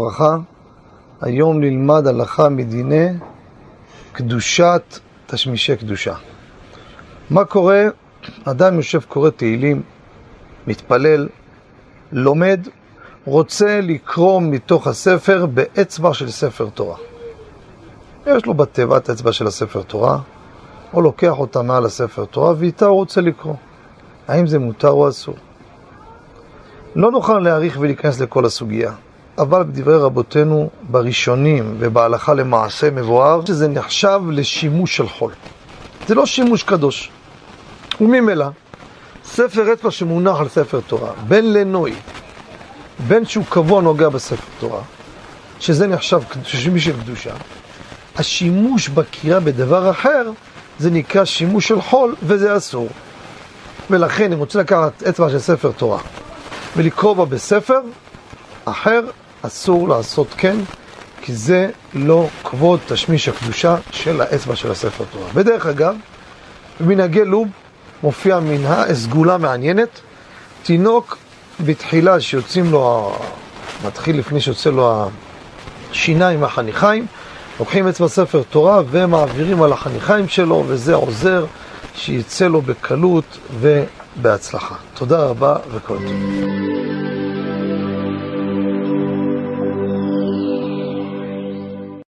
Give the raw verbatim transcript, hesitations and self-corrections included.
וברכה. היום נלמד הלכה מדיני קדושת תשמישי קדושה. מה קורה? אדם יושב קורא תהילים, מתפלל, לומד, רוצה לקרוא מתוך הספר באצבע של ספר תורה. יש לו בתיבת אצבע של הספר תורה, או לוקח אותה מעל הספר תורה, ואיתה הוא רוצה לקרוא. האם זה מותר או אסור? לא נוכל להאריך ולהיכנס לכל הסוגיה, אבל בדברי רבותינו בראשונים ובהלכה למעשה מבואר שזה נחשב לשימוש של חול. זה לא שימוש קדוש. וממילא, ספר אצבע שמונח על ספר תורה, בין לנוי, בין שהוא קבוע נוגע בספר תורה, שזה נחשב שימוש של קדושה, השימוש בקריאה בדבר אחר, זה נקרא שימוש של חול, וזה אסור. ולכן, אם רוצה לקחת אצבע של ספר תורה, ולקרוא בה בספר אחר, אסור לעשות כן, כי זה לא כבוד תשמיש הקדושה של האצבע של הספר תורה. בדרך אגב, במנהגי לוב מופיע מנהג, סגולה מעניינת, תינוק בתחילה שיוצאים לו, מתחיל לפני שיוצא לו השיניים מהחניכיים, לוקחים אצבע ספר תורה ומעבירים על החניכיים שלו, וזה עוזר שיצא לו בקלות ובהצלחה. תודה רבה וכל טוב.